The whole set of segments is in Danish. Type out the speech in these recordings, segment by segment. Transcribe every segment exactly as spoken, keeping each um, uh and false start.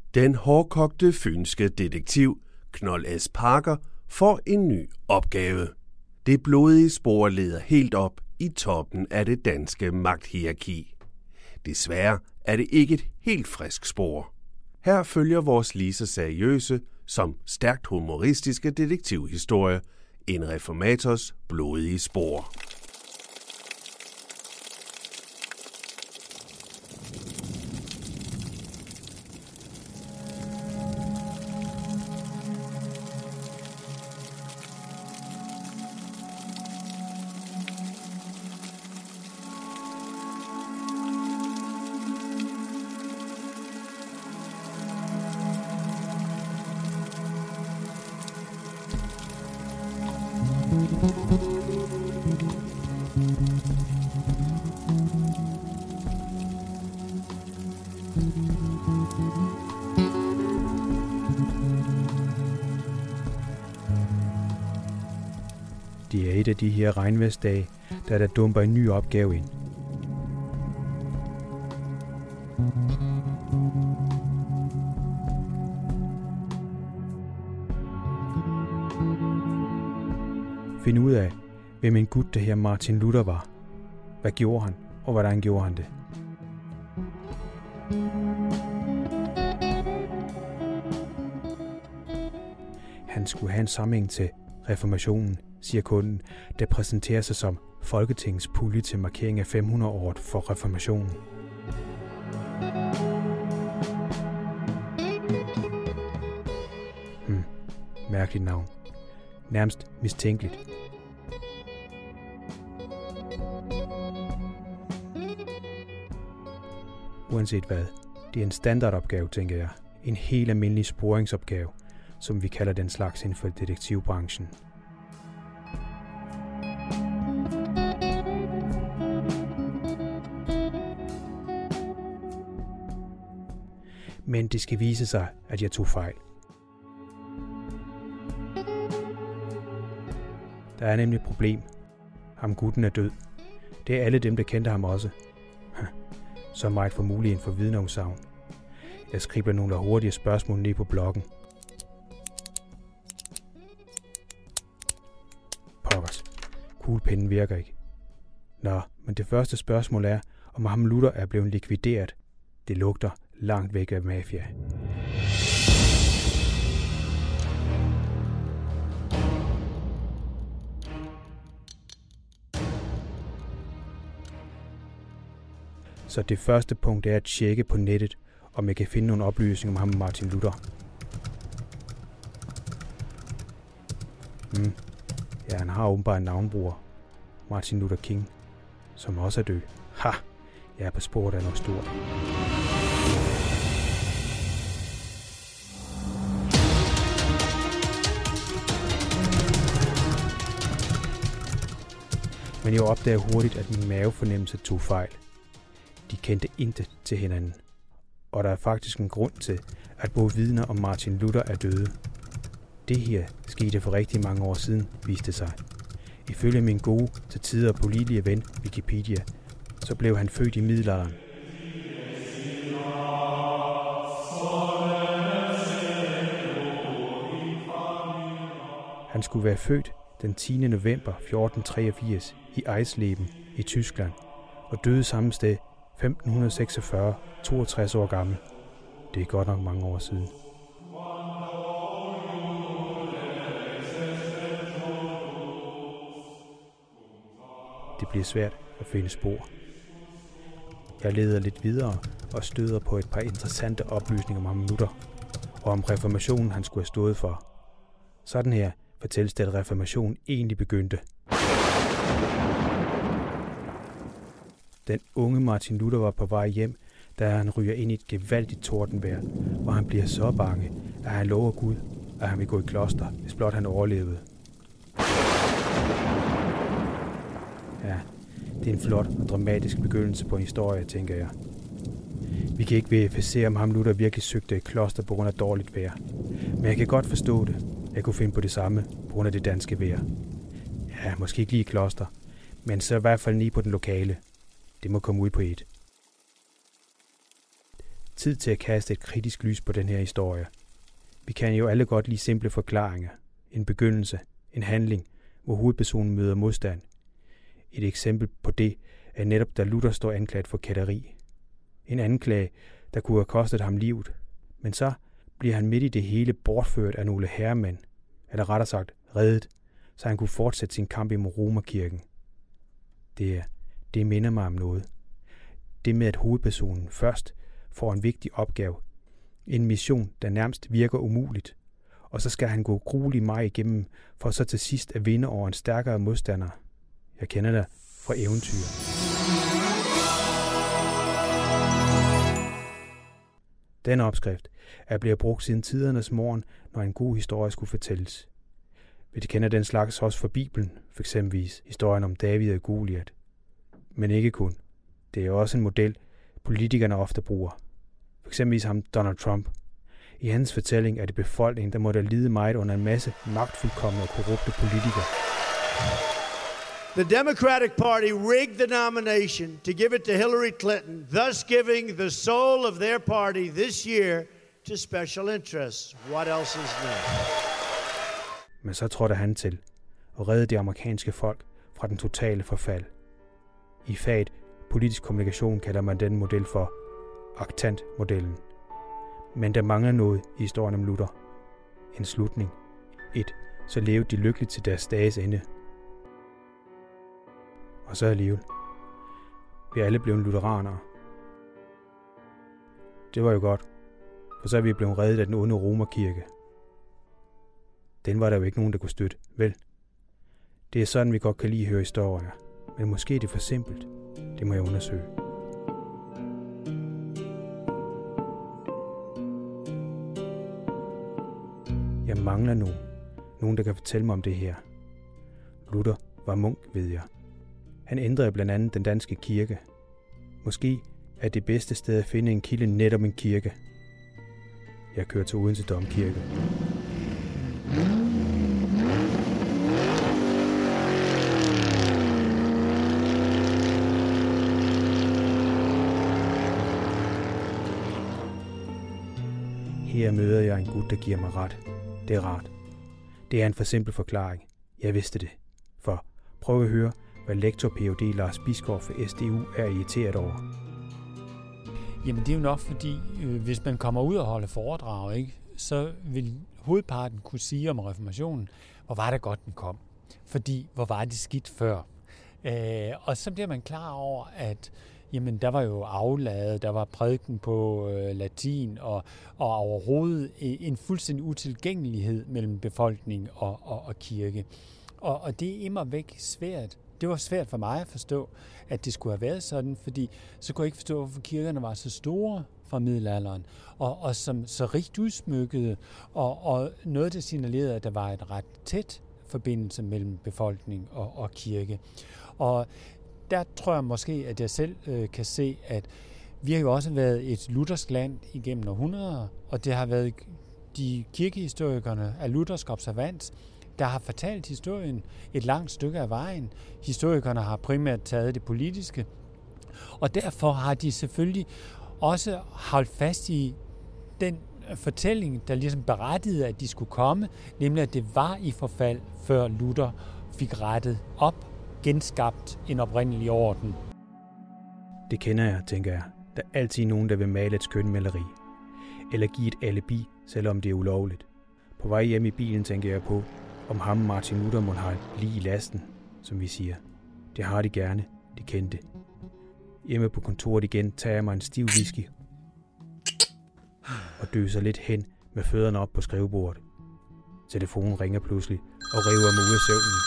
Den hårdkogte fynske detektiv Knold S. Parker får en ny opgave. Det blodige spor leder helt op i toppen af det danske magthierarki. Desværre er det ikke et helt frisk spor. Her følger vores lige så seriøse som stærkt humoristiske detektivhistorie en reformators blodige spor. Det er et af de her regnværsdage, da der dumper en ny opgave ind. Find ud af, hvem en gut, der her Martin Luther var. Hvad gjorde han, og hvordan gjorde han det? Han skulle have en sammenhæng til reformationen, siger kunden, der præsenterer sig som Folketingets pulje til markering af fem hundrede året for reformationen. Hmm, mærkeligt navn. Nærmest mistænkeligt. Uanset hvad, det er en standardopgave, tænker jeg. En helt almindelig sporingsopgave, som vi kalder den slags inden for detektivbranchen. Men det skal vise sig, at jeg tog fejl. Der er nemlig et problem. Ham gutten er død. Det er alle dem, der kendte ham også. Så meget for muligheden for vidneudsagn. Jeg skriver nogle hurtige spørgsmål ned på bloggen. Pokkers. Kuglepinden virker ikke. Nå, men det første spørgsmål er, om ham Luther er blevet likvideret. Det lugter langt væk af mafia. Så det første punkt er at tjekke på nettet, om jeg kan finde nogle oplysninger om ham Martin Luther. Hmm. Ja, han har åbenbart en navnbruger. Martin Luther King, som også er død. Ha! Jeg er på sporet af noget stort. Men jeg opdager hurtigt, at min mavefornemmelse tog fejl. De kendte intet til hinanden. Og der er faktisk en grund til, at både vidner om Martin Luther er døde. Det her skete for rigtig mange år siden, viste sig. Ifølge min gode, til tider pålidelige ven, Wikipedia, så blev han født i middelalderen. Han skulle være født den tiende november fjorten treogfirs i Eisleben i Tyskland og døde samme sted femten seksogfyrre, toogtres år gammel. Det er godt nok mange år siden. Det bliver svært at finde spor. Jeg leder lidt videre og støder på et par interessante oplysninger om ham Luther og om reformationen han skulle have stået for. Sådan her fortælles det, at reformationen egentlig begyndte. Den unge Martin Luther var på vej hjem, da han ryger ind i et gevaldigt tordenvejr, hvor han bliver så bange, at han lover Gud, at han vil gå i kloster, hvis blot han overlevede. Ja, det er en flot og dramatisk begyndelse på en historie, tænker jeg. Vi kan ikke verificere, om ham Luther virkelig søgte et kloster på grund af dårligt vejr. Men jeg kan godt forstå det. Jeg kunne finde på det samme på grund af det danske vejr. Ja, måske ikke lige i kloster, men så i hvert fald lige på den lokale. Det må komme ud på et. tid til at kaste et kritisk lys på den her historie. Vi kan jo alle godt lide simple forklaringer. En begyndelse, en handling, hvor hovedpersonen møder modstand. Et eksempel på det er netop, da Luther står anklaget for kætteri. En anklage, der kunne have kostet ham livet. Men så bliver han midt i det hele bortført af nogle herremænd, eller rettere sagt reddet, så han kunne fortsætte sin kamp imod Romerkirken. Det, er, det minder mig om noget. Det med, at hovedpersonen først får en vigtig opgave, en mission, der nærmest virker umuligt, og så skal han gå grueligt meget igennem, for så til sidst at vinde over en stærkere modstander. Jeg kender det fra eventyr. Denne opskrift er blevet brugt siden tidernes morgen, når en god historie skulle fortælles. Vi kender den slags også fra Bibelen, for eksempelvis historien om David og Goliat. Men ikke kun. Det er også en model, politikerne ofte bruger. For eksempelvis ham Donald Trump. I hans fortælling er det befolkningen, der måtte lide meget under en masse magtfuldkomne og korrupte politikere. The Democratic Party rigged the nomination to give it to Hillary Clinton, thus giving the soul of their party this year to special interests. What else is new? Men så trådte han til og reddede det amerikanske folk fra den totale forfald. I faget politisk kommunikation kalder man den model for aktantmodellen. Men der mangler noget i historien om Luther. En slutning. Et, så levede de lykkeligt til deres dages ende. Og så alligevel. Vi er alle blevet lutheranere. Det var jo godt, for så er vi blevet reddet af den onde Romerkirke. Den var der jo ikke nogen, der kunne støtte, vel? Det er sådan, vi godt kan lide at høre historier. Men måske er det for simpelt. Det må jeg undersøge. Jeg mangler nogen. Nogen, der kan fortælle mig om det her. Luther var munk, ved jeg. Han ændrede blandt andet den danske kirke. Måske er det bedste sted at finde en kilde netop en kirke. Jeg kører til Odense Domkirke. Her møder jeg en gut, der giver mig ret. Det er rart. Det er en for simpel forklaring. Jeg vidste det. For prøv at høre, hvad lektor P H D Lars Bisgaard for S D U er irriteret over. Jamen det er jo nok fordi, øh, hvis man kommer ud og holder foredrag, ikke, så vil hovedparten kunne sige om reformationen, hvor var det godt, den kom. Fordi, hvor var det skidt før. Øh, og så bliver man klar over, at jamen, der var jo afladet, der var prædiken på øh, latin, og, og overhovedet en fuldstændig utilgængelighed mellem befolkning og, og, og kirke. Og, og det er immer væk svært. Det var svært for mig at forstå, at det skulle have været sådan, fordi så kunne jeg ikke forstå, hvorfor kirkerne var så store fra middelalderen, og, og som så rigt udsmykkede, og, og noget, der signalerede, at der var et ret tæt forbindelse mellem befolkning og, og kirke. Og der tror jeg måske, at jeg selv øh, kan se, at vi har jo også været et luthersk land igennem århundreder, og det har været de kirkehistorikerne af luthersk observans, der har fortalt historien et langt stykke af vejen. Historikerne har primært taget det politiske, og derfor har de selvfølgelig også holdt fast i den fortælling, der ligesom berettede, at de skulle komme, nemlig at det var i forfald, før Luther fik rettet op, genskabt en oprindelig orden. Det kender jeg, tænker jeg. Der er altid nogen, der vil male et skønt maleri. Eller give et alibi, selvom det er ulovligt. På vej hjem i bilen tænker jeg på, om ham Martin Luther må have lige i lasten, som vi siger. Det har de gerne, de kendte. Hjemme på kontoret igen tager jeg mig en stiv whisky og døser lidt hen med fødderne op på skrivebordet. Telefonen ringer pludselig og river mig ud af søvnen.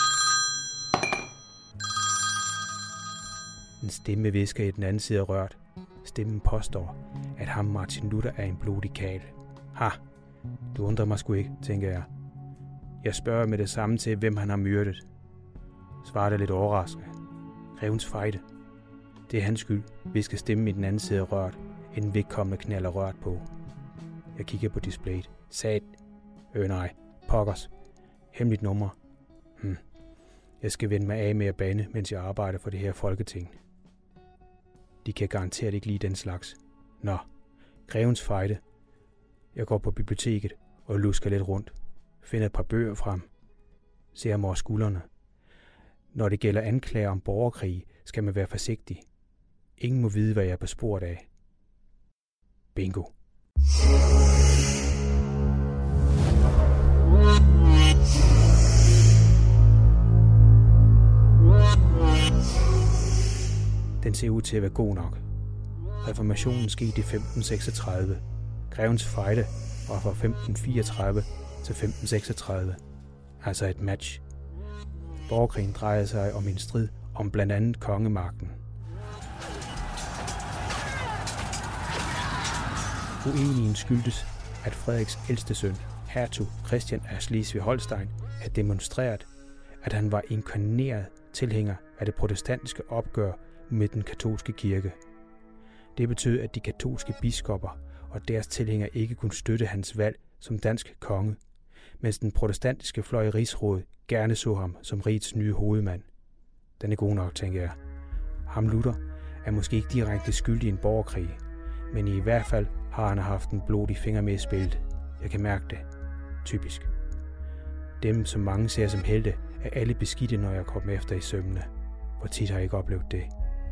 En stemme visker i den anden side af røret. Stemmen påstår, at ham Martin Luther er en blodig karl. Ha, det undrer mig sgu ikke, tænker jeg. Jeg spørger med det samme til, hvem han har myrdet. Svarer det lidt overraskende. Grevens Fejde. Det er hans skyld, visker stemmen i den anden side af røret, inden vedkommende knaller rørt på. Jeg kigger på displayet. Sat. Øh nej. Pokkers. Hemmeligt nummer. Hm. Jeg skal vende mig af med at bande, mens jeg arbejder for det her folketing. De kan garanteret ikke lide den slags. Nå, Grevens Fejde. Jeg går på biblioteket og lusker lidt rundt. Finder et par bøger frem. Ser ham over skuldrene. Når det gælder anklager om borgerkrig, skal man være forsigtig. Ingen må vide, hvad jeg er på sporet af. Bingo. Den ser ud til at være god nok. Reformationen skete i femten seksogtredive. Grevens Fejde var fra femten fireogtredive til femten seksogtredive. Altså et match. Borgerkrigen drejede sig om en strid om blandt andet kongemagten. Uenigheden skyldtes, at Frederiks ældste søn, hertug Christian af Slesvig-Holstein, havde demonstreret, at han var inkarneret tilhænger af det protestantiske opgør med den katolske kirke. Det betød, at de katolske biskopper og deres tilhængere ikke kunne støtte hans valg som dansk konge, mens den protestantiske fløj i rigsrådet gerne så ham som rigets nye hovedmand. Den er god nok, tænker jeg. Ham Luther er måske ikke direkte skyldig i en borgerkrig, men i hvert fald har han haft en blodig finger med i spillet. Jeg kan mærke det. Typisk. Dem, som mange ser som helte, er alle beskidte, når jeg kommer efter i sømmene. Hvor tit har jeg ikke oplevet det.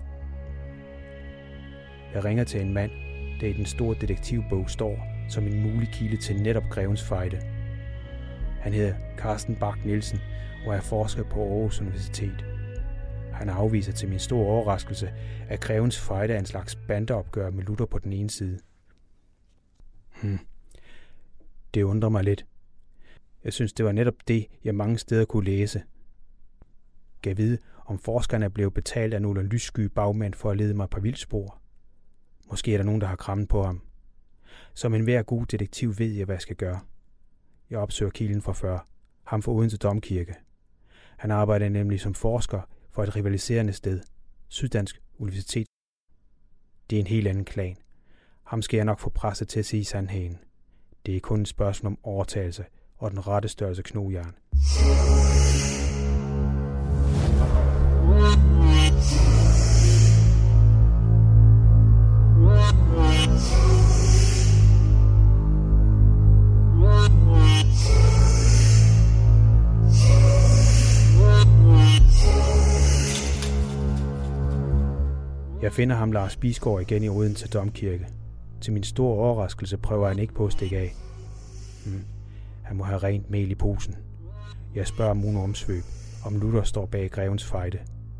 Jeg ringer til en mand, der i den store detektivbog står som en mulig kilde til netop Grevens Fejde. Han hedder Carsten Bach Nielsen og er forsker på Aarhus Universitet. Han afviser til min store overraskelse, at Grevens Fejde er en slags bandeopgør med Luther på den ene side. Hmm. Det undrer mig lidt. Jeg synes, det var netop det, jeg mange steder kunne læse. Gav vide, om forskerne er blevet betalt af nogle lyssky bagmænd for at lede mig på vildspor. Måske er der nogen, der har krammet på ham. Som enhver god detektiv ved jeg, hvad jeg skal gøre. Jeg opsøger kilden fra før. Ham fra Odense Domkirke. Han arbejder nemlig som forsker for et rivaliserende sted. Syddansk Universitet. Det er en helt anden klan. Ham skal jeg nok få presset til at sige sandheden. Det er kun et spørgsmål om overtagelse og den rette størrelse knogjern. Jeg finder ham Lars Bisgaard igen i Odense Domkirke. Til min store overraskelse prøver han ikke på at stikke af. Hmm. Han må have rent mel i posen. Jeg spørger om Uno Omsvøb, om Luther står bag Grevens Fejde.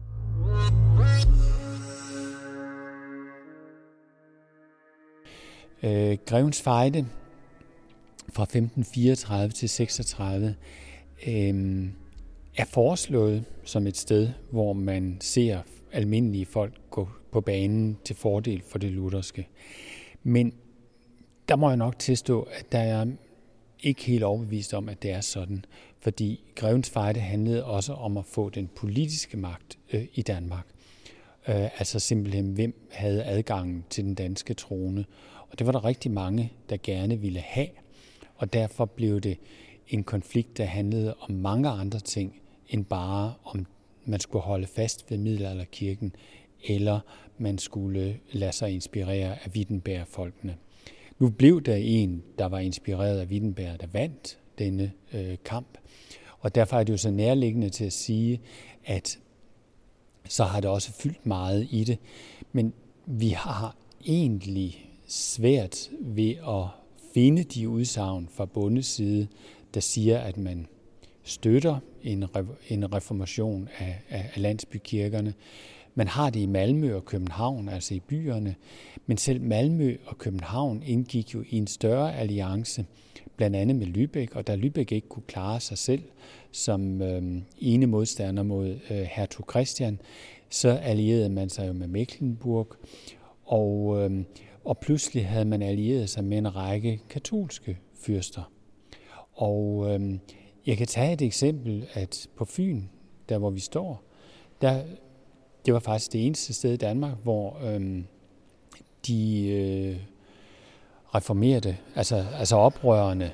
Øh, Grevens Fejde fra femten fireogtredive til seksogtredive øh, er foreslået som et sted, hvor man ser almindelige folk gå på banen til fordel for det lutherske. Men der må jeg nok tilstå, at der er ikke helt overbevist om, at det er sådan, fordi Grevens Fejde handlede også om at få den politiske magt øh, i Danmark. Øh, altså simpelthen, hvem havde adgangen til den danske trone. Og det var der rigtig mange, der gerne ville have, og derfor blev det en konflikt, der handlede om mange andre ting, end bare om man skulle holde fast ved middelalderkirken, eller man skulle lade sig inspirere af Wittenberg-folkene. Nu blev der en, der var inspireret af Wittenberg, der vandt denne øh, kamp, og derfor er det jo så nærliggende til at sige, at så har det også fyldt meget i det, men vi har egentlig svært ved at finde de udsagn fra bondeside, der siger, at man støtter en, en reformation af, af landsbykirkerne. Man har det i Malmø og København, altså i byerne, men selv Malmø og København indgik jo i en større alliance, blandt andet med Lübeck, og da Lübeck ikke kunne klare sig selv som øh, ene modstander mod øh, hertug Christian, så allierede man sig jo med Mecklenburg, og, øh, og pludselig havde man allieret sig med en række katolske fyrster. Og øh, jeg kan tage et eksempel, at på Fyn, der hvor vi står, der, det var faktisk det eneste sted i Danmark, hvor øh, de øh, reformerede, altså, altså oprørerne,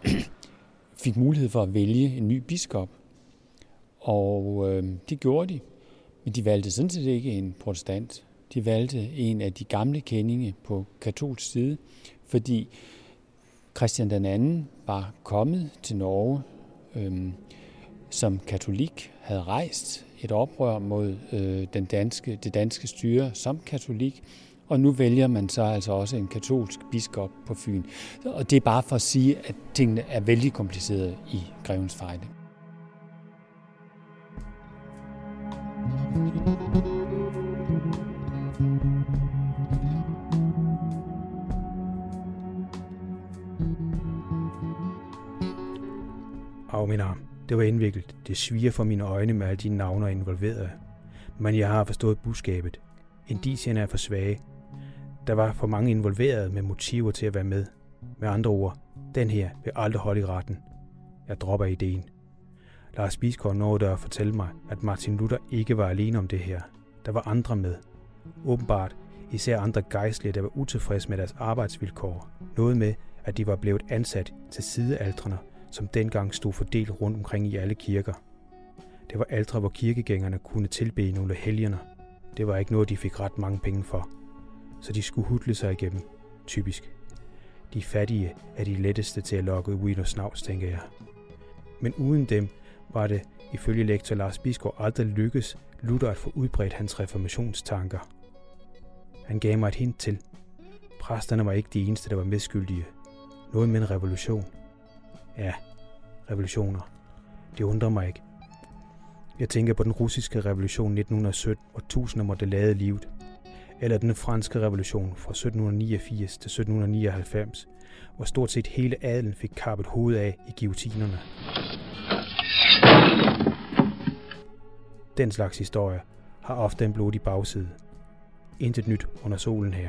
fik mulighed for at vælge en ny biskop. Og øh, det gjorde de, men de valgte sådan set ikke en protestant. De valgte en af de gamle kendinge på katolsk side, fordi Christian den anden var kommet til Norge øhm, som katolik, havde rejst et oprør mod øh, den danske, det danske styre som katolik, og nu vælger man så altså også en katolsk biskop på Fyn. Og det er bare for at sige, at tingene er vældig komplicerede i Grevens Fejde. Af min arm. Det var indviklet. Det sviger for mine øjne med alle de navne involverede. Men jeg har forstået budskabet. Indicierne er for svage. Der var for mange involverede med motiver til at være med. Med andre ord, den her vil aldrig holde i retten. Jeg dropper ideen. Lars Bisgaard nåede at fortælle mig, at Martin Luther ikke var alene om det her. Der var andre med. Åbenbart især andre gejstlige, der var utilfredse med deres arbejdsvilkår. Noget med, at de var blevet ansat til sidealtrene, som dengang stod fordelt rundt omkring i alle kirker. Det var altre, hvor kirkegængerne kunne tilbede nogle helgener. Det var ikke noget, de fik ret mange penge for. Så de skulle hudle sig igennem. Typisk. De fattige er de letteste til at lokke ud i noget snavs, tænker jeg. Men uden dem var det, ifølge lektor Lars Bisgaard, aldrig lykkes Luther at få udbredt hans reformationstanker. Han gav mig et hint til. Præsterne var ikke de eneste, der var medskyldige. Noget med en revolution. Ja, revolutioner. Det undrer mig ikke. Jeg tænker på den russiske revolution nitten sytten, hvor tusinder måtte lade livet. Eller den franske revolution fra sytten niogfirs til sytten nioghalvfems, hvor stort set hele adelen fik kappet hovedet af i guillotinerne. Den slags historie har ofte en blodig bagside. Intet nyt under solen her.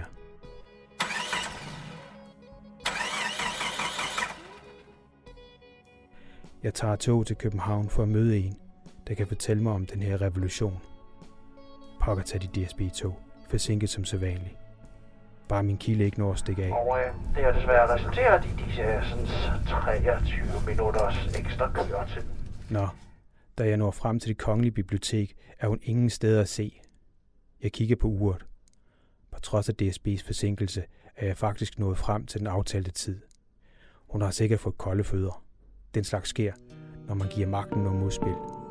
Jeg tager tog til København for at møde en, der kan fortælle mig om den her revolution. Pokker tager de D S B-tog, forsinket som sædvanligt. Bare min kilde ikke når at stikke af. Og øh, det har desværre resulteret i disse sådan, treogtyve minutters ekstra køretid. Nå, da jeg når frem til det kongelige bibliotek, er hun ingen steder at se. Jeg kigger på uret. På trods af D S B's forsinkelse er jeg faktisk nået frem til den aftalte tid. Hun har sikkert fået kolde fødder. Den slags sker, når man giver magten noget modspil.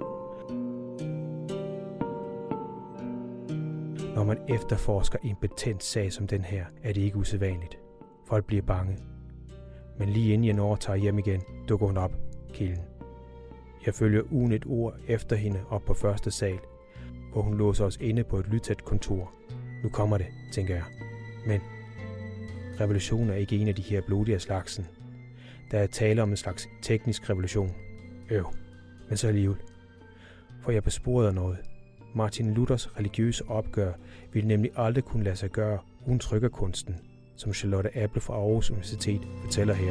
Når man efterforsker en betændt sag som den her, er det ikke usædvanligt. Folk bliver bange. Men lige inden jeg når at tage hjem igen, dukker hun op, kilden. Jeg følger uden et ord efter hende op på første sal, hvor hun låser os inde på et lydtæt kontor. Nu kommer det, tænker jeg. Men revolutionen er ikke en af de her blodige slagsen. Der er tale om en slags teknisk revolution. Øv, men så alligevel. For jeg er på sporet af noget. Martin Luthers religiøse opgør ville nemlig aldrig kunne lade sig gøre uden trykkerkunsten, som Charlotte Apple fra Aarhus Universitet fortæller her.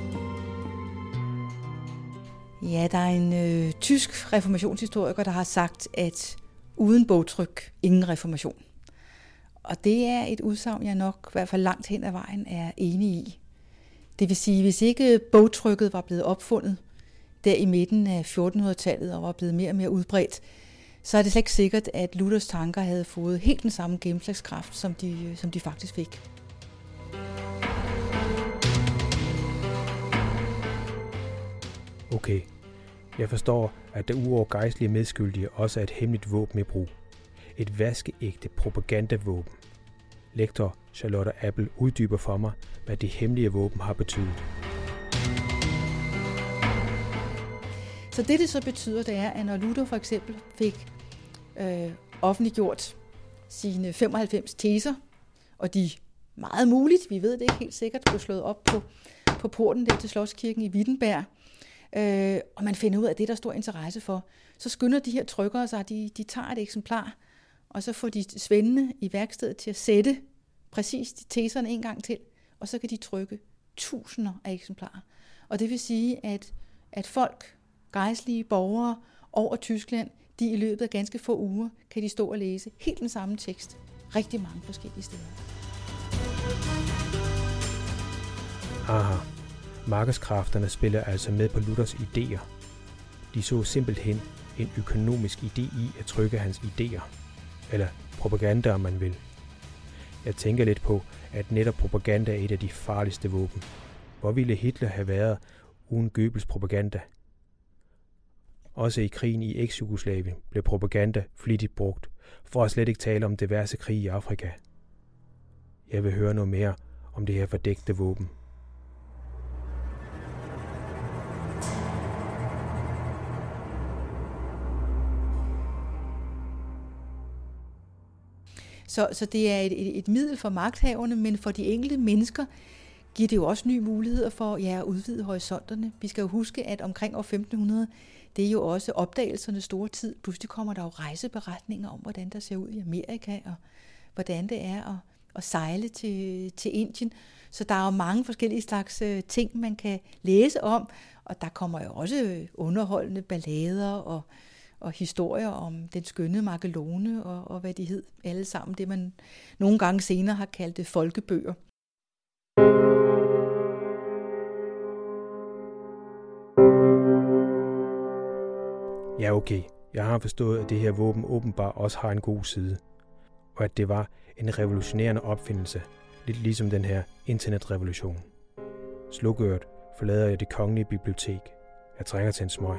Ja, der er en øh, tysk reformationshistoriker, der har sagt, at uden bogtryk, ingen reformation. Og det er et udsagn, jeg nok i hvert fald langt hen ad vejen er enig i. Det vil sige, hvis ikke bogtrykket var blevet opfundet der i midten af fjortenhundredetallet og var blevet mere og mere udbredt, så er det slet ikke sikkert, at Luthers tanker havde fået helt den samme gennemslagskraft, som de, som de faktisk fik. Okay, jeg forstår, at der udover gejstlige medskyldige også er et hemmeligt våben i brug. Et vaskeægte propagandavåben. Lektor Charlotte Apple uddyber for mig, hvad det hemmelige våben har betydet. Så det, det så betyder, det er, at når Luther for eksempel fik øh, offentliggjort sine femoghalvfems teser, og de meget muligt, vi ved det ikke helt sikkert, blev slået op på, på porten der til Slotskirken i Wittenberg, øh, og man finder ud af, at det der er stor interesse for, så skynder de her trykkere sig, de, de tager et eksemplar, og så får de svendene i værkstedet til at sætte præcis de teserne en gang til, og så kan de trykke tusinder af eksemplarer. Og det vil sige, at, at folk, gejstlige borgere over Tyskland, de i løbet af ganske få uger, kan de stå og læse helt den samme tekst rigtig mange forskellige steder. Aha. Markedskræfterne spiller altså med på Luthers idéer. De så simpelthen en økonomisk idé i at trykke hans idéer. Eller propaganda, om man vil. Jeg tænker lidt på, at netop propaganda er et af de farligste våben. Hvor ville Hitler have været uden Goebbels propaganda? Også i krigen i eks-Jugoslavien blev propaganda flittigt brugt, for at slet ikke tale om diverse krig i Afrika. Jeg vil høre noget mere om det her fordækte våben. Så, så det er et, et, et middel for magthaverne, men for de enkelte mennesker giver det jo også nye muligheder for ja, at udvide horisonterne. Vi skal jo huske, at omkring år femten hundrede, det er jo også opdagelsernes store tid. Pludselig kommer der jo rejseberetninger om, hvordan der ser ud i Amerika, og hvordan det er at, at sejle til, til Indien. Så der er jo mange forskellige slags ting, man kan læse om, og der kommer jo også underholdende ballader og og historier om den skønne Magelone og, og hvad de hed, alle sammen det, man nogle gange senere har kaldt det folkebøger. Ja, okay. Jeg har forstået, at det her våben åbenbart også har en god side, og at det var en revolutionerende opfindelse, lidt ligesom den her internetrevolution. Slukøret forlader jeg det kongelige bibliotek. Jeg trænger til en smøg.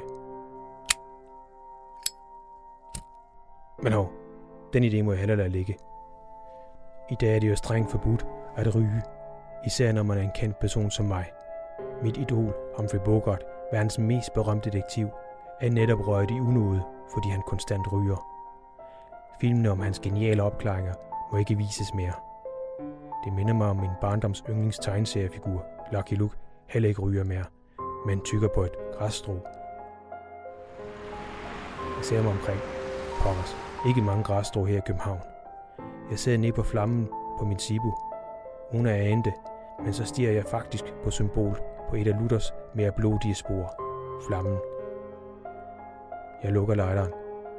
Men hov, den idé må jeg heller lade ligge. I dag er det jo strengt forbudt at ryge, især når man er en kendt person som mig. Mit idol, Humphrey Bogart, verdens mest berømte detektiv, er netop røget i unåde, fordi han konstant ryger. Filmene om hans geniale opklaringer må ikke vises mere. Det minder mig om min barndoms yndlings tegneseriefigur, Lucky Luke, heller ikke ryger mere, men tykker på et græsstrå. Jeg ser mig omkring. Pokkers. Ikke mange græsstrå her i København. Jeg sidder nede på flammen på min Sibu. Hun er anede, men så stiger jeg faktisk på symbol på et af Luthers mere blodige spor. Flammen. Jeg lukker lighteren.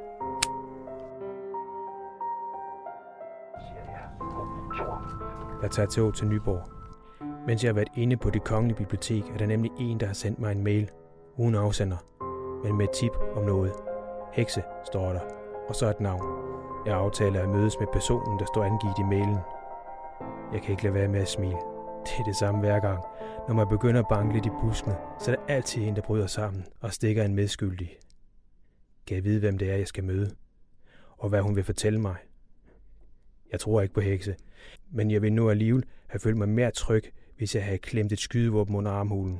Jeg tager tog til Nyborg. Mens jeg har været inde på Det Kongelige Bibliotek, er der nemlig en, der har sendt mig en mail uden afsender, men med et tip om noget. Hekse, står der. Og så et navn. Jeg aftaler at mødes med personen, der står angivet i mailen. Jeg kan ikke lade være med at smile. Det er det samme hver gang. Når man begynder at banke lidt i buskene, så er der altid en, der bryder sammen og stikker en medskyldig. Kan jeg vide, hvem det er, jeg skal møde? Og hvad hun vil fortælle mig? Jeg tror ikke på hekse, men jeg vil nu alligevel have følt mig mere tryg, hvis jeg havde klemt et skydevåben under armhulen.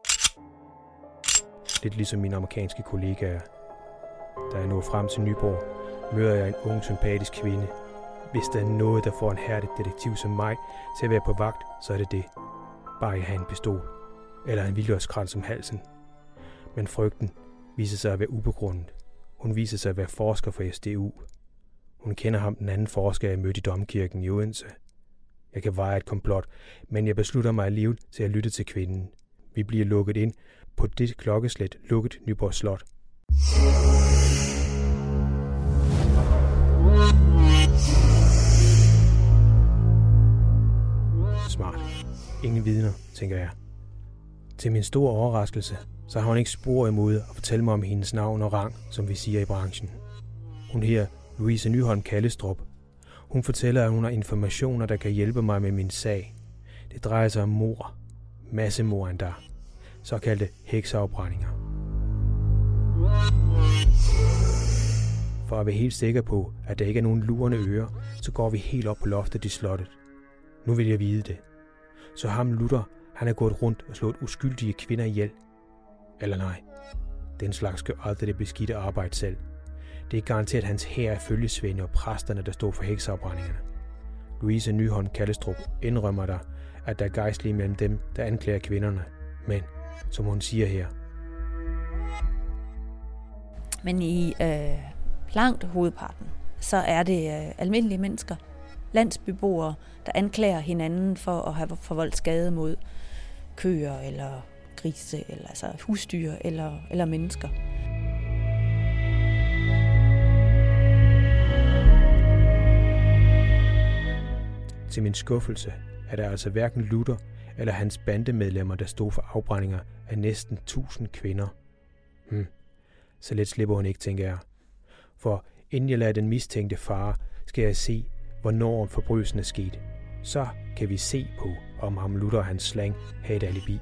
Lidt ligesom mine amerikanske kollegaer. Da jeg når frem til Nyborg, møder jeg en ung, sympatisk kvinde. Hvis der er noget, der får en hærdet detektiv som mig til at være på vagt, så er det det. Bare jeg har en pistol. Eller en vildårskrans om halsen. Men frygten viser sig at være ubegrundet. Hun viser sig at være forsker for S D U. Hun kender ham, den anden forsker, jeg mødte i Domkirken i Odense. Jeg kan veje et komplot, men jeg beslutter mig alligevel til at lytte til kvinden. Vi bliver lukket ind på det klokkeslæt lukket Nyborg Slot. Smart. Ingen vidner, tænker jeg. Til min store overraskelse, så har hun ikke spor imod at fortælle mig om hendes navn og rang, som vi siger i branchen. Hun her, Louise Nyholm Kallestrup. Hun fortæller, at hun har informationer, der kan hjælpe mig med min sag. Det drejer sig om mord. Massemord endda. Såkaldte hekseafbrændinger. For at være helt sikker på, at der ikke er nogen lurende ører, så går vi helt op på loftet i slottet. Nu vil jeg vide det. Så ham Luther, han er gået rundt og slået uskyldige kvinder ihjel. Eller nej, den slags gør aldrig det beskidte arbejde selv. Det er garanteret hans hær af følgesvende og præsterne, der står for hekseafbrændingerne. Louise Nyholm Kallestrup indrømmer der, at der er gejstlige mellem dem, der anklager kvinderne. Men, som hun siger her. Men i øh, langt hovedparten, så er det øh, almindelige mennesker, landsbyboere, der anklager hinanden for at have forvoldt skade mod køer eller grise, eller altså husdyr eller, eller mennesker. Til min skuffelse er der altså hverken Luther eller hans bandemedlemmer, der stod for afbrændinger af næsten tusind kvinder. Hmm. Så let slipper hun ikke, tænker jeg. For inden jeg lader den mistænkte fare, skal jeg se, hvornår forbrydelsen er sket. Så kan vi se på, om ham Luther og hans slang havde et alibi.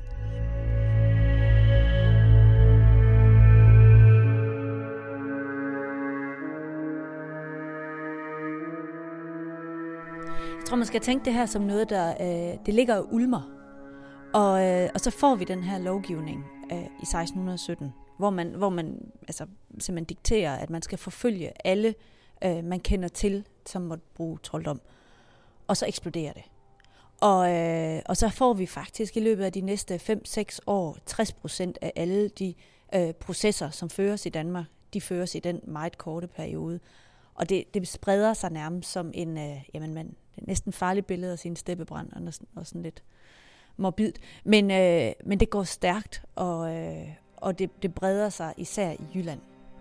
Jeg tror, man skal tænke det her som noget, der øh, det ligger og ulmer. Og, øh, og så får vi den her lovgivning øh, i seksten sytten, hvor man, hvor man altså, simpelthen dikterer, at man skal forfølge alle, øh, man kender til, som måtte bruge trolddom. Og så eksploderer det. Og, øh, og så får vi faktisk i løbet af de næste fem til seks år tres procent af alle de øh, processer, som føres i Danmark, de føres i den meget korte periode. Og det, det spreder sig nærmest som en, øh, jamen man, næsten farlig billede af sin steppebrand, og, og sådan lidt morbidt. Men, øh, men det går stærkt, og, øh, og det, det breder sig især i Jylland.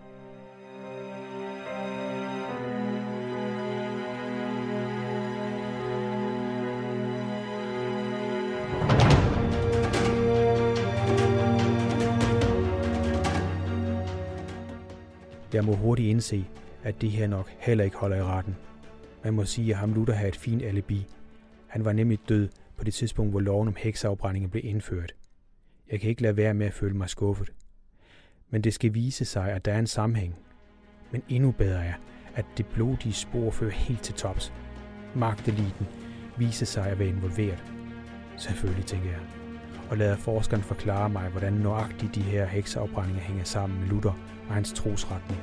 Jeg må hurtigt indse, at det her nok heller ikke holder i retten. Man må sige, at ham Luther havde et fint alibi. Han var nemlig død på det tidspunkt, hvor loven om hekseafbrændingen blev indført. Jeg kan ikke lade være med at føle mig skuffet. Men det skal vise sig, at der er en sammenhæng. Men endnu bedre er, at det blodige spor fører helt til tops. Magteliten viser sig at være involveret. Selvfølgelig, tænker jeg. Og lader forskeren forklare mig, hvordan nøjagtigt de her hekseafbrændinger hænger sammen med Luther og hans trosretning.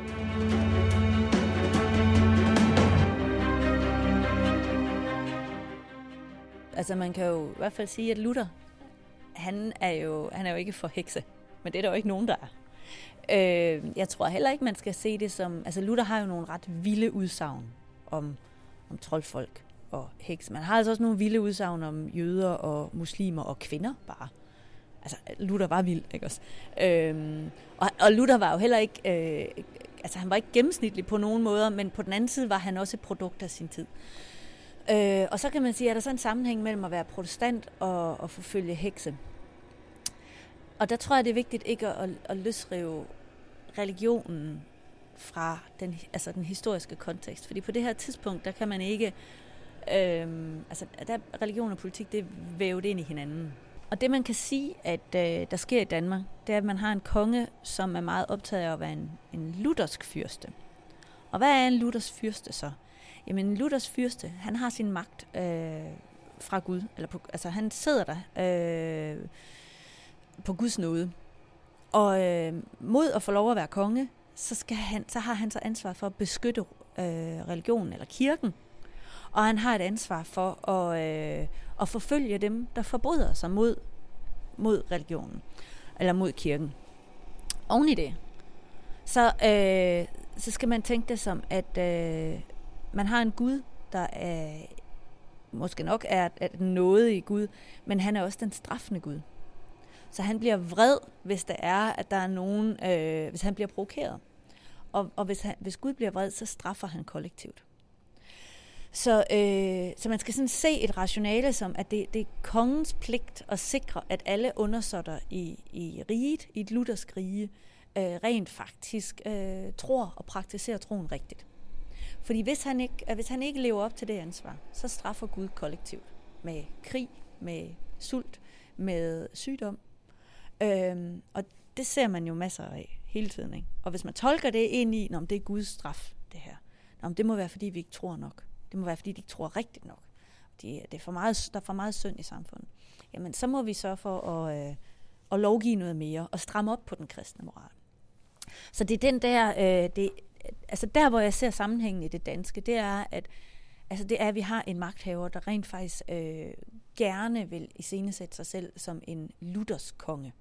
Altså man kan jo i hvert fald sige, at Luther, han er jo, han er jo ikke for hekse, men det er der jo ikke nogen, der er. Øh, jeg tror heller ikke, man skal se det som... Altså Luther har jo nogle ret vilde udsagn om, om troldfolk og hekse. Man har altså også nogle vilde udsagn om jøder og muslimer og kvinder bare. Altså Luther var vild, ikke også? Øh, og, og Luther var jo heller ikke... Øh, altså han var ikke gennemsnitlig på nogen måder, men på den anden side var han også et produkt af sin tid. Øh, og så kan man sige, at der er så en sammenhæng mellem at være protestant og, og forfølge hekse. Og der tror jeg, det er vigtigt ikke at, at løsrive religionen fra den, altså den historiske kontekst. Fordi på det her tidspunkt, der kan man ikke... Øh, altså der religion og politik, det er vævet ind i hinanden. Og det man kan sige, at øh, der sker i Danmark, det er, at man har en konge, som er meget optaget af at være en, en luthersk fyrste. Og hvad er en luthersk fyrste så? Jamen en Luthers fyrste, han har sin magt øh, fra Gud, eller på, altså han sidder der øh, på Guds nåde. Og øh, mod at få lov at være konge, så, skal han, så har han så ansvar for at beskytte øh, religionen eller kirken. Og han har et ansvar for at, øh, at forfølge dem, der forbryder sig mod, mod religionen, eller mod kirken. Oven i det, så, øh, så skal man tænke det som, at øh, man har en Gud, der er, måske nok er, er nådig Gud, men han er også den straffende Gud. Så han bliver vred, hvis der er, at der er nogen, øh, hvis han bliver provokeret. Og, og hvis, han, hvis Gud bliver vred, så straffer han kollektivt. Så, øh, så man skal sådan se et rationale som, at det, det er kongens pligt at sikre, at alle undersåtter i, i riget, i et luthersk rige, øh, rent faktisk øh, tror og praktiserer troen rigtigt. Fordi hvis han, ikke, hvis han ikke lever op til det ansvar, så straffer Gud kollektivt med krig, med sult, med sygdom. Øhm, og det ser man jo masser af hele tiden. Ikke? Og hvis man tolker det ind i, om det er Guds straf, det her. Nå, det må være, fordi vi ikke tror nok. Det må være, fordi de ikke tror rigtigt nok. Det, det er for meget, der er for meget synd i samfundet. Jamen, så må vi sørge for at, øh, at lovgive noget mere og stramme op på den kristne moral. Så det er den der... Øh, det, altså der, hvor jeg ser sammenhængen i det danske, det er, at, altså det er, at vi har en magthaver, der rent faktisk øh, gerne vil iscenesætte sig selv som en luthersk konge.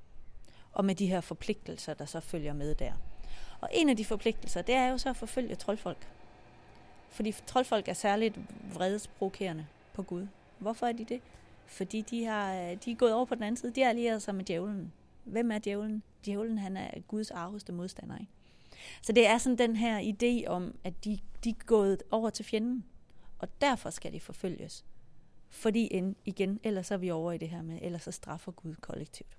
Og med de her forpligtelser, der så følger med der. Og en af de forpligtelser, det er jo så at forfølge troldfolk. Fordi troldfolk er særligt vredesprovokerende på Gud. Hvorfor er de det? Fordi de, har, de er gået over på den anden side. De har allieret sig med djævlen. Hvem er djævlen? Djævlen, han er Guds arveste modstander, ikke? Så det er sådan den her idé om, at de, de er gået over til fjenden. Og derfor skal de forfølges. Fordi igen, ellers er vi over i det her med, ellers så straffer Gud kollektivt.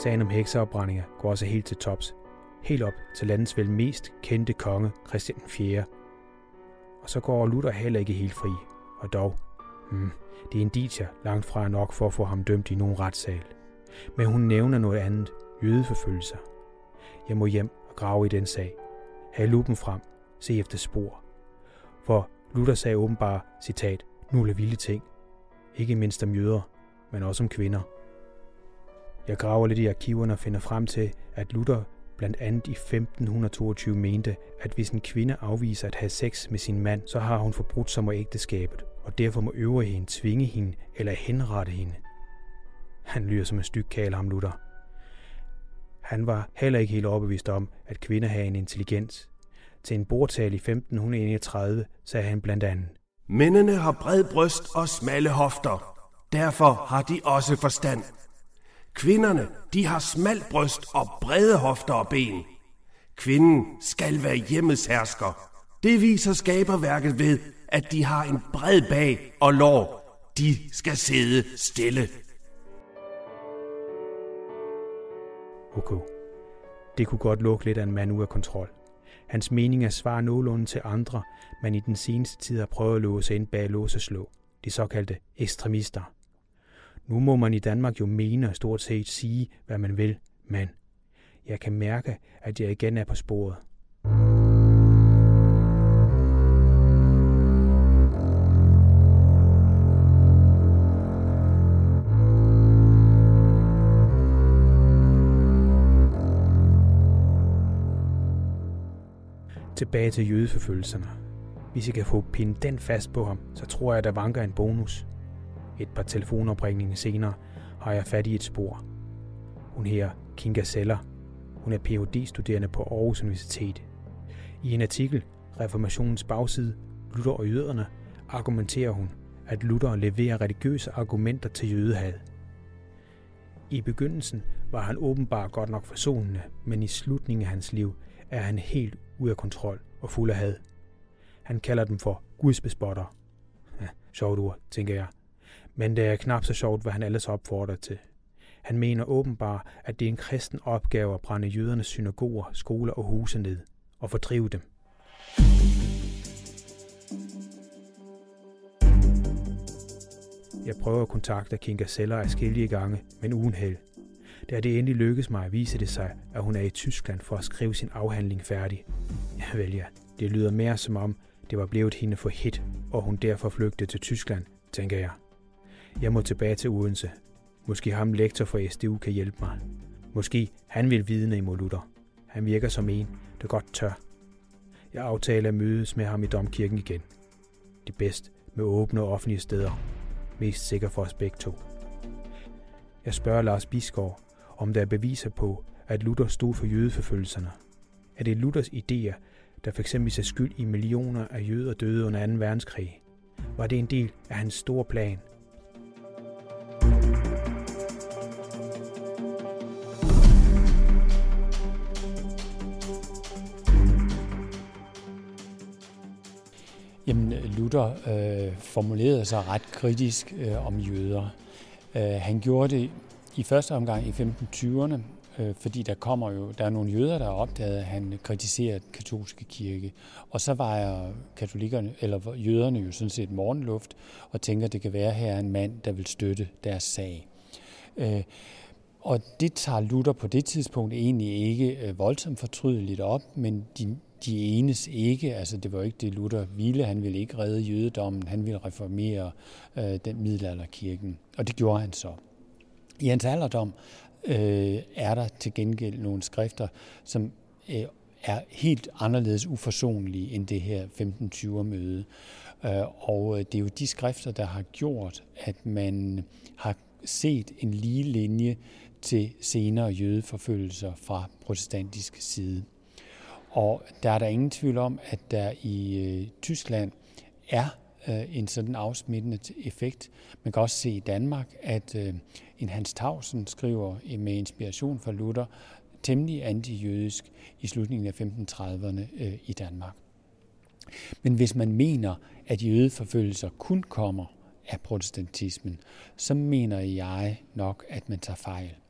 Sagen om hekseopbrændinger går også helt til tops. Helt op til landets vel mest kendte konge, Christian den fjerde. Og så går Luther heller ikke helt fri. Og dog, hmm, det er indicier langt fra nok for at få ham dømt i nogen retssal. Men hun nævner noget andet, jødeforfølgelser. Jeg må hjem og grave i den sag. Have lupen frem, se efter spor. For Luther sagde åbenbart, citat, nogle vilde ting. Ikke mindst om jøder, men også om kvinder. Jeg graver lidt i arkiverne og finder frem til, at Luther blandt andet i femten toogtyve mente, at hvis en kvinde afviser at have sex med sin mand, så har hun forbrudt sig mod ægteskabet, og derfor må øvrigheden tvinge hende eller henrette hende. Han lyder som en styg kæl, ham Luther. Han var heller ikke helt overbevist om, at kvinder havde en intelligens. Til en bordtale i femten enogtredive sagde han blandt andet: Mændene har bred bryst og smalle hofter. Derfor har de også forstand. Kvinderne, de har smalt bryst og brede hofter og ben. Kvinden skal være hjemmets hersker. Det viser skaberværket ved, at de har en bred bag og lår. De skal sidde stille. Okay. Det kunne godt lukke lidt af en mand ud af kontrol. Hans mening er svar nogenlunde til andre, man i den seneste tid har prøvet at låse ind bag lås og slå. De såkaldte ekstremister. Nu må man i Danmark jo mene og stort set sige, hvad man vil, men jeg kan mærke, at jeg igen er på sporet. Tilbage til jødeforfølgelserne. Hvis jeg kan få pindet den fast på ham, så tror jeg, at der vanker en bonus. Et par telefonopringninger senere har jeg fat i et spor. Hun hedder Kinga Seller. Hun er P H D-studerende på Aarhus Universitet. I en artikel, Reformationens bagside, Luther og jøderne, argumenterer hun, at Luther leverer religiøse argumenter til jødehad. I begyndelsen var han åbenbart godt nok forsonende, men i slutningen af hans liv er han helt ude af kontrol og fuld af had. Han kalder dem for gudsbespotter. Ja, sjovt ord, tænker jeg. Men det er knap så sjovt, hvad han ellers opfordrer til. Han mener åbenbart, at det er en kristen opgave at brænde jødernes synagoger, skoler og huse ned og fordrive dem. Jeg prøver at kontakte Kinga Seller adskillige gange, men uden held. Da det endelig lykkes mig, viser det sig, at hun er i Tyskland for at skrive sin afhandling færdig. Ja, vel ja, det lyder mere som om, det var blevet hende for hit, og hun derfor flygtede til Tyskland, tænker jeg. Jeg må tilbage til Odense. Måske ham lektor for S D U kan hjælpe mig. Måske han vil vidne imod Luther. Han virker som en, der godt tør. Jeg aftaler at mødes med ham i domkirken igen. Det bedst med åbne og offentlige steder. Mest sikker for os begge to. Jeg spørger Lars Bisgaard, om der er beviser på, at Luther stod for jødeforfølgelserne. Er det Luthers idéer, der f.eks. er skyld i millioner af jøder døde under anden verdenskrig? Var det en del af hans store plan? Jamen, Luther øh, formulerede sig ret kritisk øh, om jøder. Øh, han gjorde det i første omgang i femten tyverne, øh, fordi der kommer jo der er nogle jøder, der har opdaget, at han kritiserer den katolske kirke. Og så vejer katolikkerne, eller jøderne jo sådan set morgenluft, og tænker, at det kan være, her en mand, der vil støtte deres sag. Øh, og det tager Luther på det tidspunkt egentlig ikke øh, voldsomt fortrydeligt op, men de De enes ikke, altså det var ikke det Luther ville, han ville ikke redde jødedommen, han ville reformere øh, den middelalderkirken, og det gjorde han så. I hans alderdom øh, er der til gengæld nogle skrifter, som øh, er helt anderledes uforsonlige end det her femten tyve-møde, øh, og det er jo de skrifter, der har gjort, at man har set en lige linje til senere jødeforfølgelser fra protestantisk side. Og der er der ingen tvivl om, at der i øh, Tyskland er øh, en sådan afsmittende effekt. Man kan også se i Danmark, at øh, en Hans Tausen skriver med inspiration fra Luther temmelig antijødisk i slutningen af femten trediverne øh, i Danmark. Men hvis man mener, at jødeforfølgelser kun kommer af protestantismen, så mener jeg nok, at man tager fejl.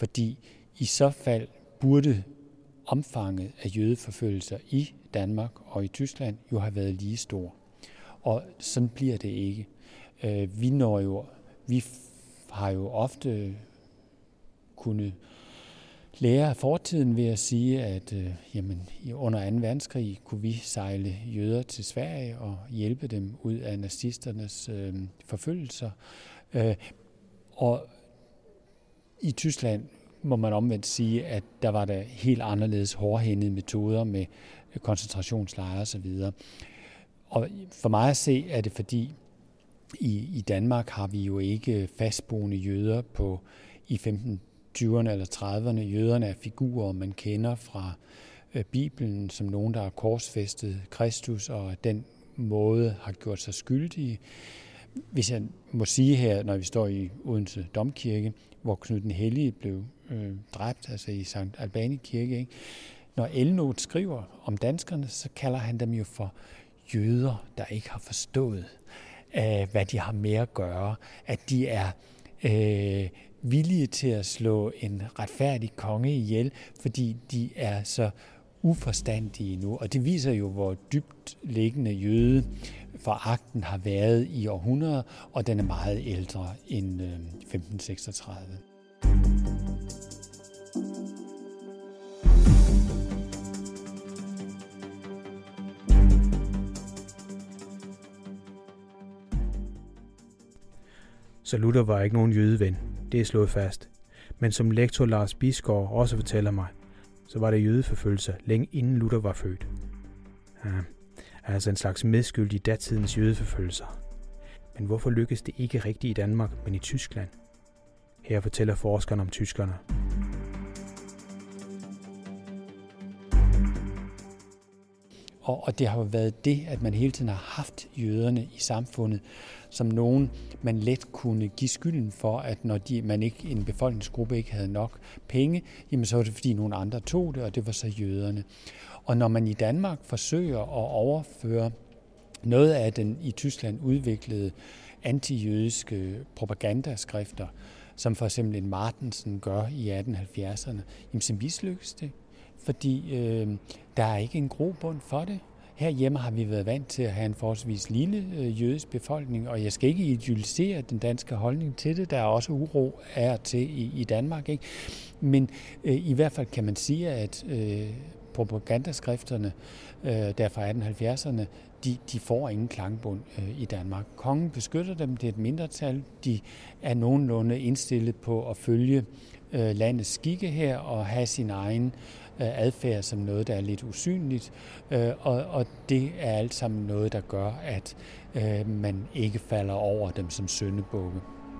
fordi i så fald burde omfanget af jødeforfølgelser i Danmark og i Tyskland jo have været lige stor. Og sådan bliver det ikke. Vi når jo, vi har jo ofte kunnet lære af fortiden ved at sige, at øh, jamen, under anden verdenskrig kunne vi sejle jøder til Sverige og hjælpe dem ud af nazisternes øh, forfølgelser. Øh, og i Tyskland må man omvendt sige, at der var der helt anderledes hårdhændede metoder med koncentrationslejre osv. Og for mig at se, er det fordi, i, i Danmark har vi jo ikke fastboende jøder på i femten tyverne eller trediverne. Jøderne er figurer, man kender fra øh, Bibelen, som nogen, der har korsfæstet Kristus, og den måde har gjort sig skyldige. Hvis jeg må sige her, når vi står i Odense Domkirke, hvor Knud den Hellige blev øh, dræbt, altså i Sankt Albani Kirke, ikke? Når Elnot skriver om danskerne, så kalder han dem jo for jøder, der ikke har forstået, øh, hvad de har med at gøre, at de er øh, villige til at slå en retfærdig konge ihjel, fordi de er så uforstandige nu. Og det viser jo, hvor dybt liggende jøde foragten har været i århundreder, og den er meget ældre end øh, femten seksogtredive. Så Luther var ikke nogen jødeven, det er slået fast. Men som lektor Lars Bisgaard også fortæller mig, så var der jødeforfølgelser længe inden Luther var født. Ja, altså en slags medskyld i datidens jødeforfølgelser. Men hvorfor lykkedes det ikke rigtigt i Danmark, men i Tyskland? Her fortæller forskerne om tyskerne. Og, og det har jo været det, at man hele tiden har haft jøderne i samfundet som nogen, man let kunne give skylden for, at når de, man ikke, en befolkningsgruppe ikke havde nok penge, jamen så var det fordi nogle andre tog det, og det var så jøderne. Og når man i Danmark forsøger at overføre noget af den i Tyskland udviklede antijødiske propagandaskrifter, som for eksempel en Martensen gør i atten halvfjerdserne, jamen så mislykkes det. Fordi øh, der er ikke en grobund for det. Herhjemme har vi været vant til at have en forholdsvis lille øh, jødisk befolkning, og jeg skal ikke idealisere den danske holdning til det. Der er også uro af og til i, i Danmark, ikke? Men øh, i hvert fald kan man sige, at øh, propagandaskrifterne øh, der fra atten halvfjerdserne, de, de får ingen klangbund øh, i Danmark. Kongen beskytter dem, det er et mindretal. De er nogenlunde indstillet på at følge øh, landets skikke her og have sin egen adfærd som noget, der er lidt usynligt, og, og det er alt sammen noget, der gør, at øh, man ikke falder over dem som syndebukke.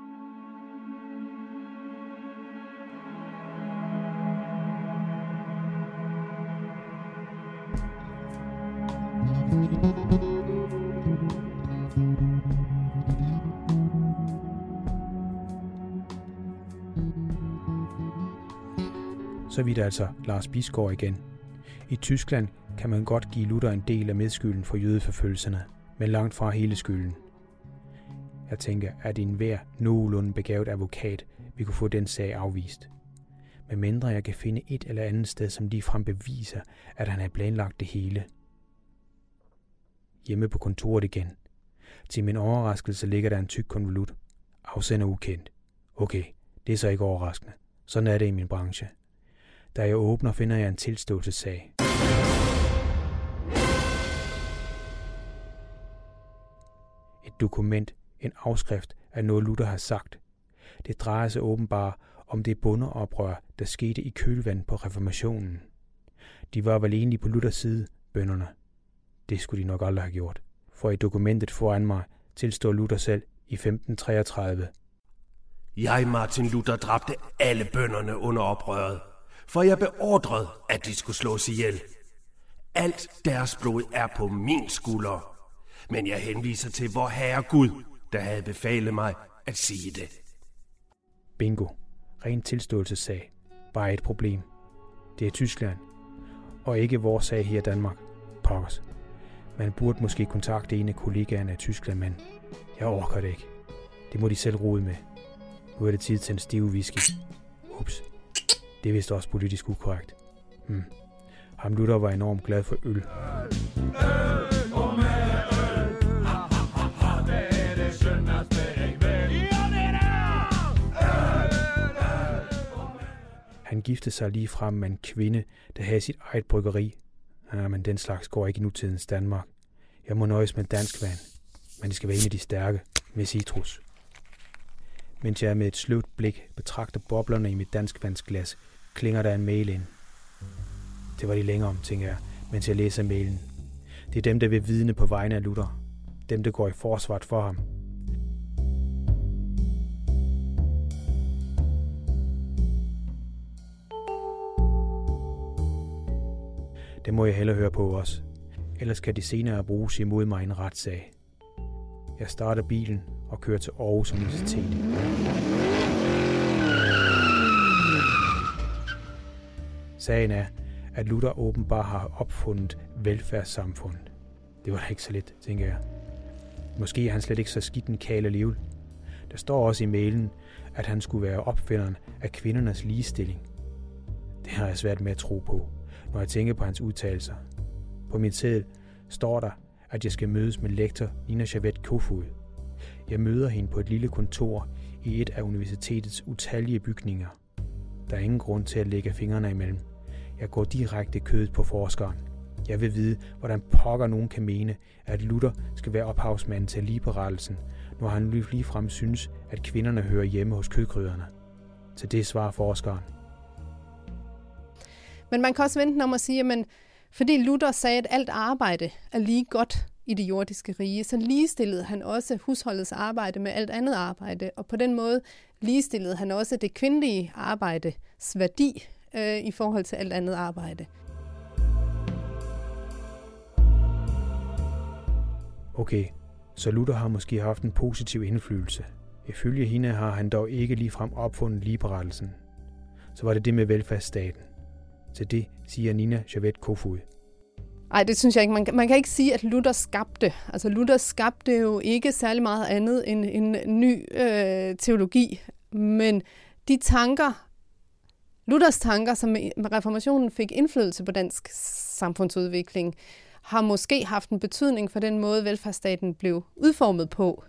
Så vidt altså Lars Bisgaard igen. I Tyskland kan man godt give Luther en del af medskylden for jødeforfølgelserne, men langt fra hele skylden. Jeg tænker, at enhver nogenlunde begavet advokat vil kunne få den sag afvist. Men mindre jeg kan finde et eller andet sted, som ligefrem beviser, at han har planlagt det hele. Hjemme på kontoret igen. Til min overraskelse ligger der en tyk konvolut. Afsender ukendt. Okay, det er så ikke overraskende. Sådan er det i min branche. Da jeg åbner, finder jeg en tilståelsessag. Et dokument, en afskrift af noget Luther har sagt. Det drejer sig åbenbart om det bondeoprør, der skete i kølvandet på reformationen. De var vel egentlig på Luthers side, bønderne. Det skulle de nok aldrig have gjort. For i dokumentet foran mig tilstår Luther selv i femten treogtredive. Jeg, Martin Luther, dræbte alle bønderne under oprøret, for jeg beordrede, at de skulle slås ihjel. Alt deres blod er på min skulder, men jeg henviser til vor Herre Gud, der havde befalet mig at sige det. Bingo. Ren tilståelsessag. Bare et problem. Det er Tyskland, og ikke vores sag her i Danmark. Pokkers. Man burde måske kontakte en af kollegaerne af Tyskland, men jeg orker det ikke. Det må de selv rode med. Nu er det tid til en stiv whisky. Ups. Det er vist også politisk ukorrekt. Hmm. Ham Luther var enormt glad for øl. Han giftede sig lige frem med en kvinde, der havde sit eget bryggeri. Ja, men den slags går ikke i nutidens Danmark. Jeg må nøjes med dansk vand, men det skal være en af de stærke med citrus. Mens jeg med et sløvt blik betragter boblerne i mit danskvandsglas, klinger der en mail ind. Det var de længere om, tænker jeg, mens jeg læser mailen. Det er dem, der vil vidne på vegne af Luther. Dem, der går i forsvaret for ham. Det må jeg hellere høre på også. Ellers kan de senere bruges imod mig i en retssag. Jeg starter bilen og kører til Aarhus Universitet. Sagen er, at Luther åbenbart har opfundet velfærdssamfundet. Det var da ikke så lidt, tænker jeg. Måske er han slet ikke så skidt en kæl alligevel. Der står også i mailen, at han skulle være opfinderen af kvindernes ligestilling. Det har jeg svært med at tro på, når jeg tænker på hans udtalelser. På min seddel står der, at jeg skal mødes med lektor Nina Javed Kofod. Jeg møder hende på et lille kontor i et af universitetets utallige bygninger. Der er ingen grund til at lægge fingrene imellem. Jeg går direkte kødet på forskeren. Jeg vil vide, hvordan pokker nogen kan mene, at Luther skal være ophavsmanden til ligeberettelsen, når han ligefrem synes, at kvinderne hører hjemme hos kødgryderne. Til det svarer forskeren. Men man kan også vente om at sige, at fordi Luther sagde, at alt arbejde er lige godt i det jordiske rige, så ligestillede han også husholdets arbejde med alt andet arbejde, og på den måde ligestillede han også det kvindelige arbejdes værdi øh, i forhold til alt andet arbejde. Okay, så Luther har måske haft en positiv indflydelse. Ifølge hende har han dog ikke ligefrem opfundet ligeberettelsen. Så var det det med velfærdsstaten. Til det siger Nina Javed Kofod. Nej, det synes jeg ikke. Man kan, man kan ikke sige, at Luther skabte. Altså Luther skabte jo ikke særlig meget andet end en ny øh, teologi. Men de tanker, Luthers tanker, som med reformationen fik indflydelse på dansk samfundsudvikling, har måske haft en betydning for den måde, velfærdsstaten blev udformet på.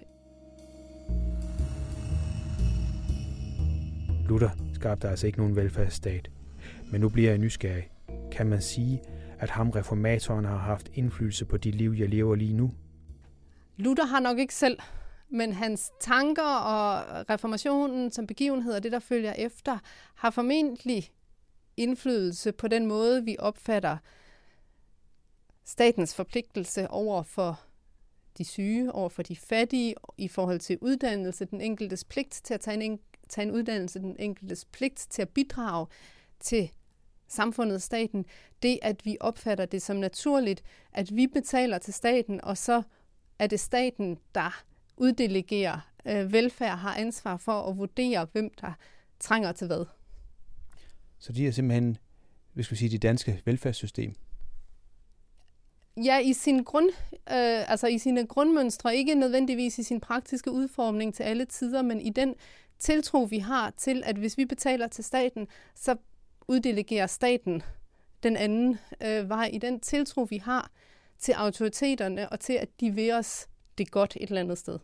Luther skabte altså ikke nogen velfærdsstat. Men nu bliver jeg nysgerrig. Kan man sige, at ham reformatoren har haft indflydelse på de liv, jeg lever lige nu? Luther har nok ikke selv, men hans tanker og reformationen som begivenhed og det, der følger efter, har formentlig indflydelse på den måde, vi opfatter statens forpligtelse over for de syge, over for de fattige, i forhold til uddannelse, den enkeltes pligt til at tage en, tage en uddannelse, den enkeltes pligt til at bidrage til samfundet, staten, det at vi opfatter det som naturligt, at vi betaler til staten, og så er det staten, der uddelegerer øh, velfærd, har ansvar for at vurdere, hvem der trænger til hvad. Så det er simpelthen, vi skal sige, det danske velfærdssystem? Ja, i sin grund, øh, altså i sine grundmønstre, ikke nødvendigvis i sin praktiske udformning til alle tider, men i den tiltro, vi har til, at hvis vi betaler til staten, så uddelegerer staten den anden øh, vej, i den tiltro, vi har til autoriteterne og til, at de vil os det godt et eller andet sted.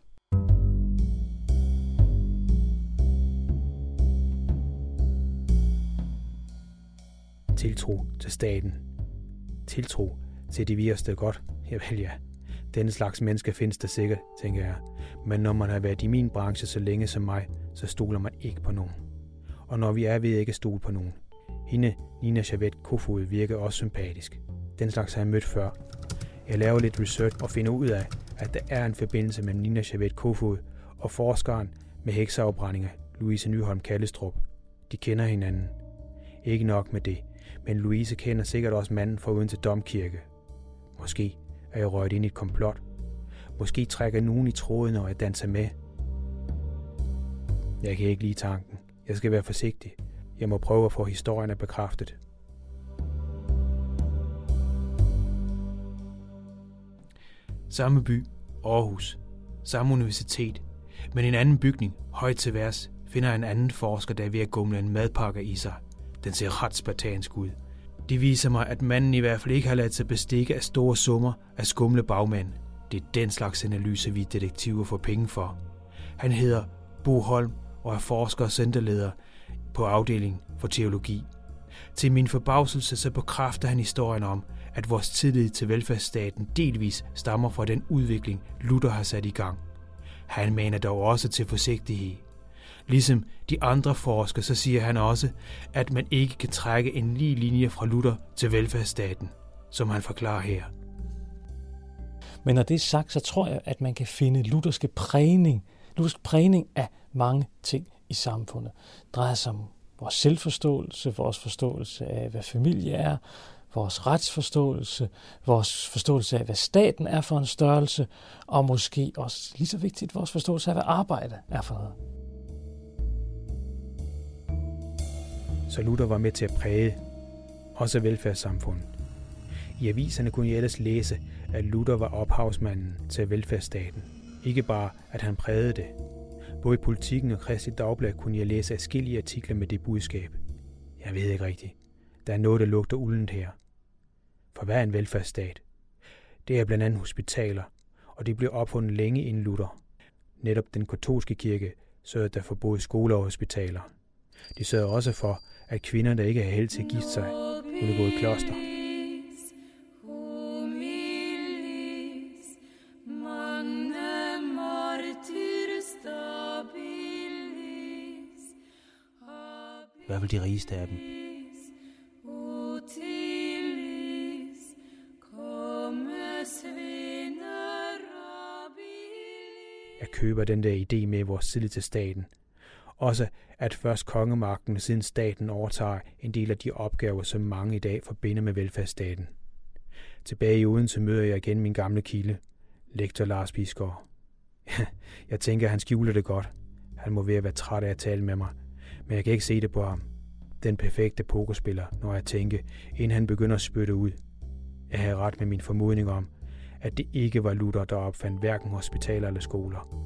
Tiltro til staten. Tiltro til, de vil os det godt. Javel ja. Denne slags mennesker findes der sikkert, tænker jeg. Men når man har været i min branche så længe som mig, så stoler man ikke på nogen. Og når vi er ved ikke at stole på nogen. Hende, Nina Javed Kofod, virker også sympatisk. Den slags har jeg mødt før. Jeg laver lidt research og finder ud af, at der er en forbindelse mellem Nina Javed Kofod og forskeren med hekseafbrændinger, Louise Nyholm Kallestrup. De kender hinanden. Ikke nok med det, men Louise kender sikkert også manden fra Odense Domkirke. Måske er jeg røget ind i et komplot. Måske trækker nogen i tråden, når jeg danser med. Jeg kan ikke lide tanken. Jeg skal være forsigtig. Jeg må prøve at få historierne bekræftet. Samme by, Aarhus. Samme universitet. Men en anden bygning, højt til værs, finder en anden forsker, der er ved at gumle en madpakke i sig. Den ser ret spartansk ud. Det viser mig, at manden i hvert fald ikke har ladet sig bestikke af store summer af skumle bagmænd. Det er den slags analyse, vi detektiver får penge for. Han hedder Bo Holm og er forsker og centerleder på afdelingen for teologi. Til min forbavselse så bekræfter han historien om, at vores tillid til velfærdsstaten delvis stammer fra den udvikling, Luther har sat i gang. Han maner dog også til forsigtighed. Ligesom de andre forskere, så siger han også, at man ikke kan trække en lige linje fra Luther til velfærdsstaten, som han forklarer her. Men når det er sagt, så tror jeg, at man kan finde lutherske prægning, luthersk prægning af mange ting i samfundet. Det drejer sig om vores selvforståelse, vores forståelse af, hvad familie er, vores retsforståelse, vores forståelse af, hvad staten er for en størrelse, og måske også lige så vigtigt, vores forståelse af, hvad arbejde er for noget. Så Luther var med til at præge også velfærdssamfundet. I aviserne kunne jeg ellers læse, at Luther var ophavsmanden til velfærdsstaten. Ikke bare, at han prægede det. Både i Politikken og Kristeligt Dagblad kunne jeg læse adskillige artikler med det budskab. Jeg ved ikke rigtigt. Der er noget, der lugter uldent her. For hvad er en velfærdsstat? Det er blandt andet hospitaler, og det blev opfundet længe inden Luther. Netop den katolske kirke sørgede der for både skoler og hospitaler. De sørgede også for, at kvinder, der ikke har held til at gifte sig, kunne gå i kloster. Hvad vil de rigeste af dem? Jeg køber den der idé med vores tillid til staten. Også at først kongemagten siden staten overtager en del af de opgaver, som mange i dag forbinder med velfærdsstaten. Tilbage i Odense møder jeg igen min gamle kilde, lektor Lars Bisgaard. Jeg tænker, at han skjuler det godt. Han må ved at være træt af at tale med mig, men jeg kan ikke se det på ham. Den perfekte pokerspiller, når jeg tænker, inden han begynder at spytte ud. Jeg havde ret med min formodning om, at det ikke var Luther, der opfandt hverken hospitaler eller skoler.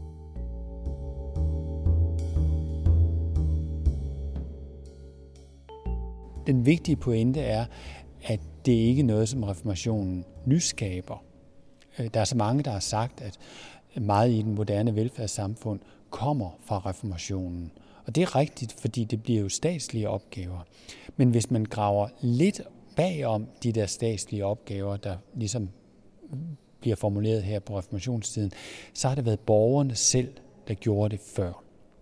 Den vigtige pointe er, at det ikke er noget, som reformationen nyskaber. Der er så mange, der har sagt, at meget i den moderne velfærdssamfund kommer fra reformationen. Og det er rigtigt, fordi det bliver jo statslige opgaver. Men hvis man graver lidt bagom de der statslige opgaver, der ligesom bliver formuleret her på reformationstiden, så har det været borgerne selv, der gjorde det før.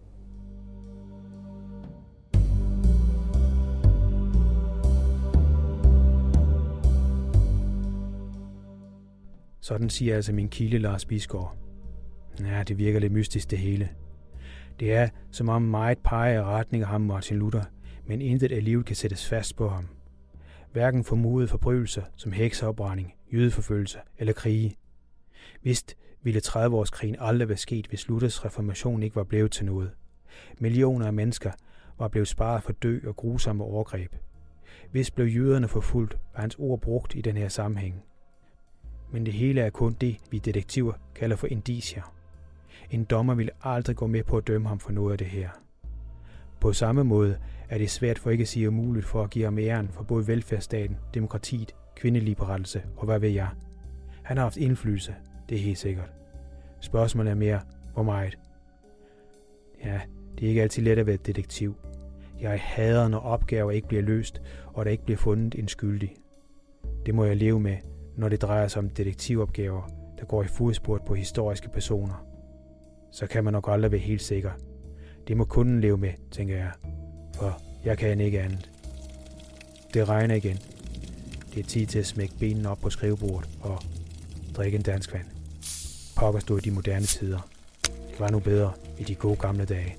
Sådan siger altså min kilde Lars Bisgaard. Ja, det virker lidt mystisk det hele. Det er, som om meget peger i retning af ham Martin Luther, men intet alligevel kan sættes fast på ham. Hverken formodede forbrydelser som hekseopbrænding, jødeforfølgelse eller krige. Vist ville tredive-årskrigen aldrig være sket, hvis Luthers reformation ikke var blevet til noget. Millioner af mennesker var blevet sparet for død og grusomme overgreb. Hvis blev jøderne forfulgt, var hans ord brugt i den her sammenhæng. Men det hele er kun det, vi detektiver kalder for indicier. En dommer ville aldrig gå med på at dømme ham for noget af det her. På samme måde er det svært for ikke at sige umuligt for at give ham æren for både velfærdsstaten, demokratiet, kvindeligeberettelse og hvad ved jeg. Han har haft indflydelse, det er helt sikkert. Spørgsmålet er mere, hvor meget. Ja, det er ikke altid let at være detektiv. Jeg hader, når opgaver ikke bliver løst, og der ikke bliver fundet en skyldig. Det må jeg leve med, når det drejer sig om detektivopgaver, der går i fodspor på historiske personer. Så kan man nok aldrig være helt sikker. Det må kunden leve med, tænker jeg, for jeg kan ikke andet. Det regner igen. Det er tid til at smække benene op på skrivebordet og drikke en dansk vand. Pokker stod i de moderne tider. Det var nu bedre i de gode gamle dage.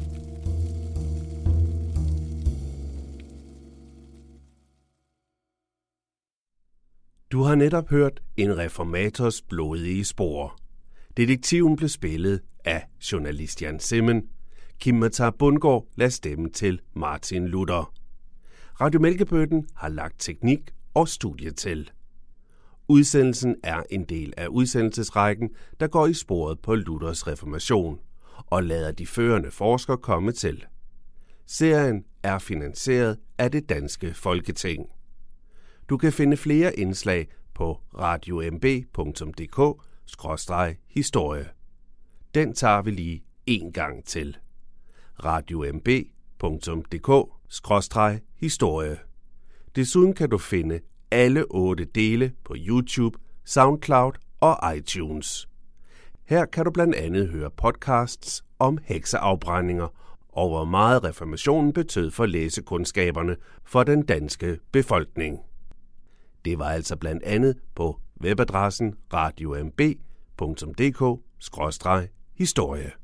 Du har netop hørt En reformators blodige spor. Detektiven blev spillet af journalist Jan Simmen. Kim Matar Bundgaard lagde stemme til Martin Luther. Radio Mælkebøtten har lagt teknik og studie til. Udsendelsen er en del af udsendelsesrækken, der går i sporet på Luthers reformation og lader de førende forskere komme til. Serien er finansieret af det danske Folketing. Du kan finde flere indslag på radio m b punktum d k skråstreg historie. Den tager vi lige en gang til. radio m b punktum d k skråstreg historie. Desuden kan du finde alle otte dele på YouTube, SoundCloud og iTunes. Her kan du blandt andet høre podcasts om hekseafbrændinger og hvor meget reformationen betød for læsekundskaberne for den danske befolkning. Det var altså blandt andet på webadressen radio m b punktum d k skråstreg historie.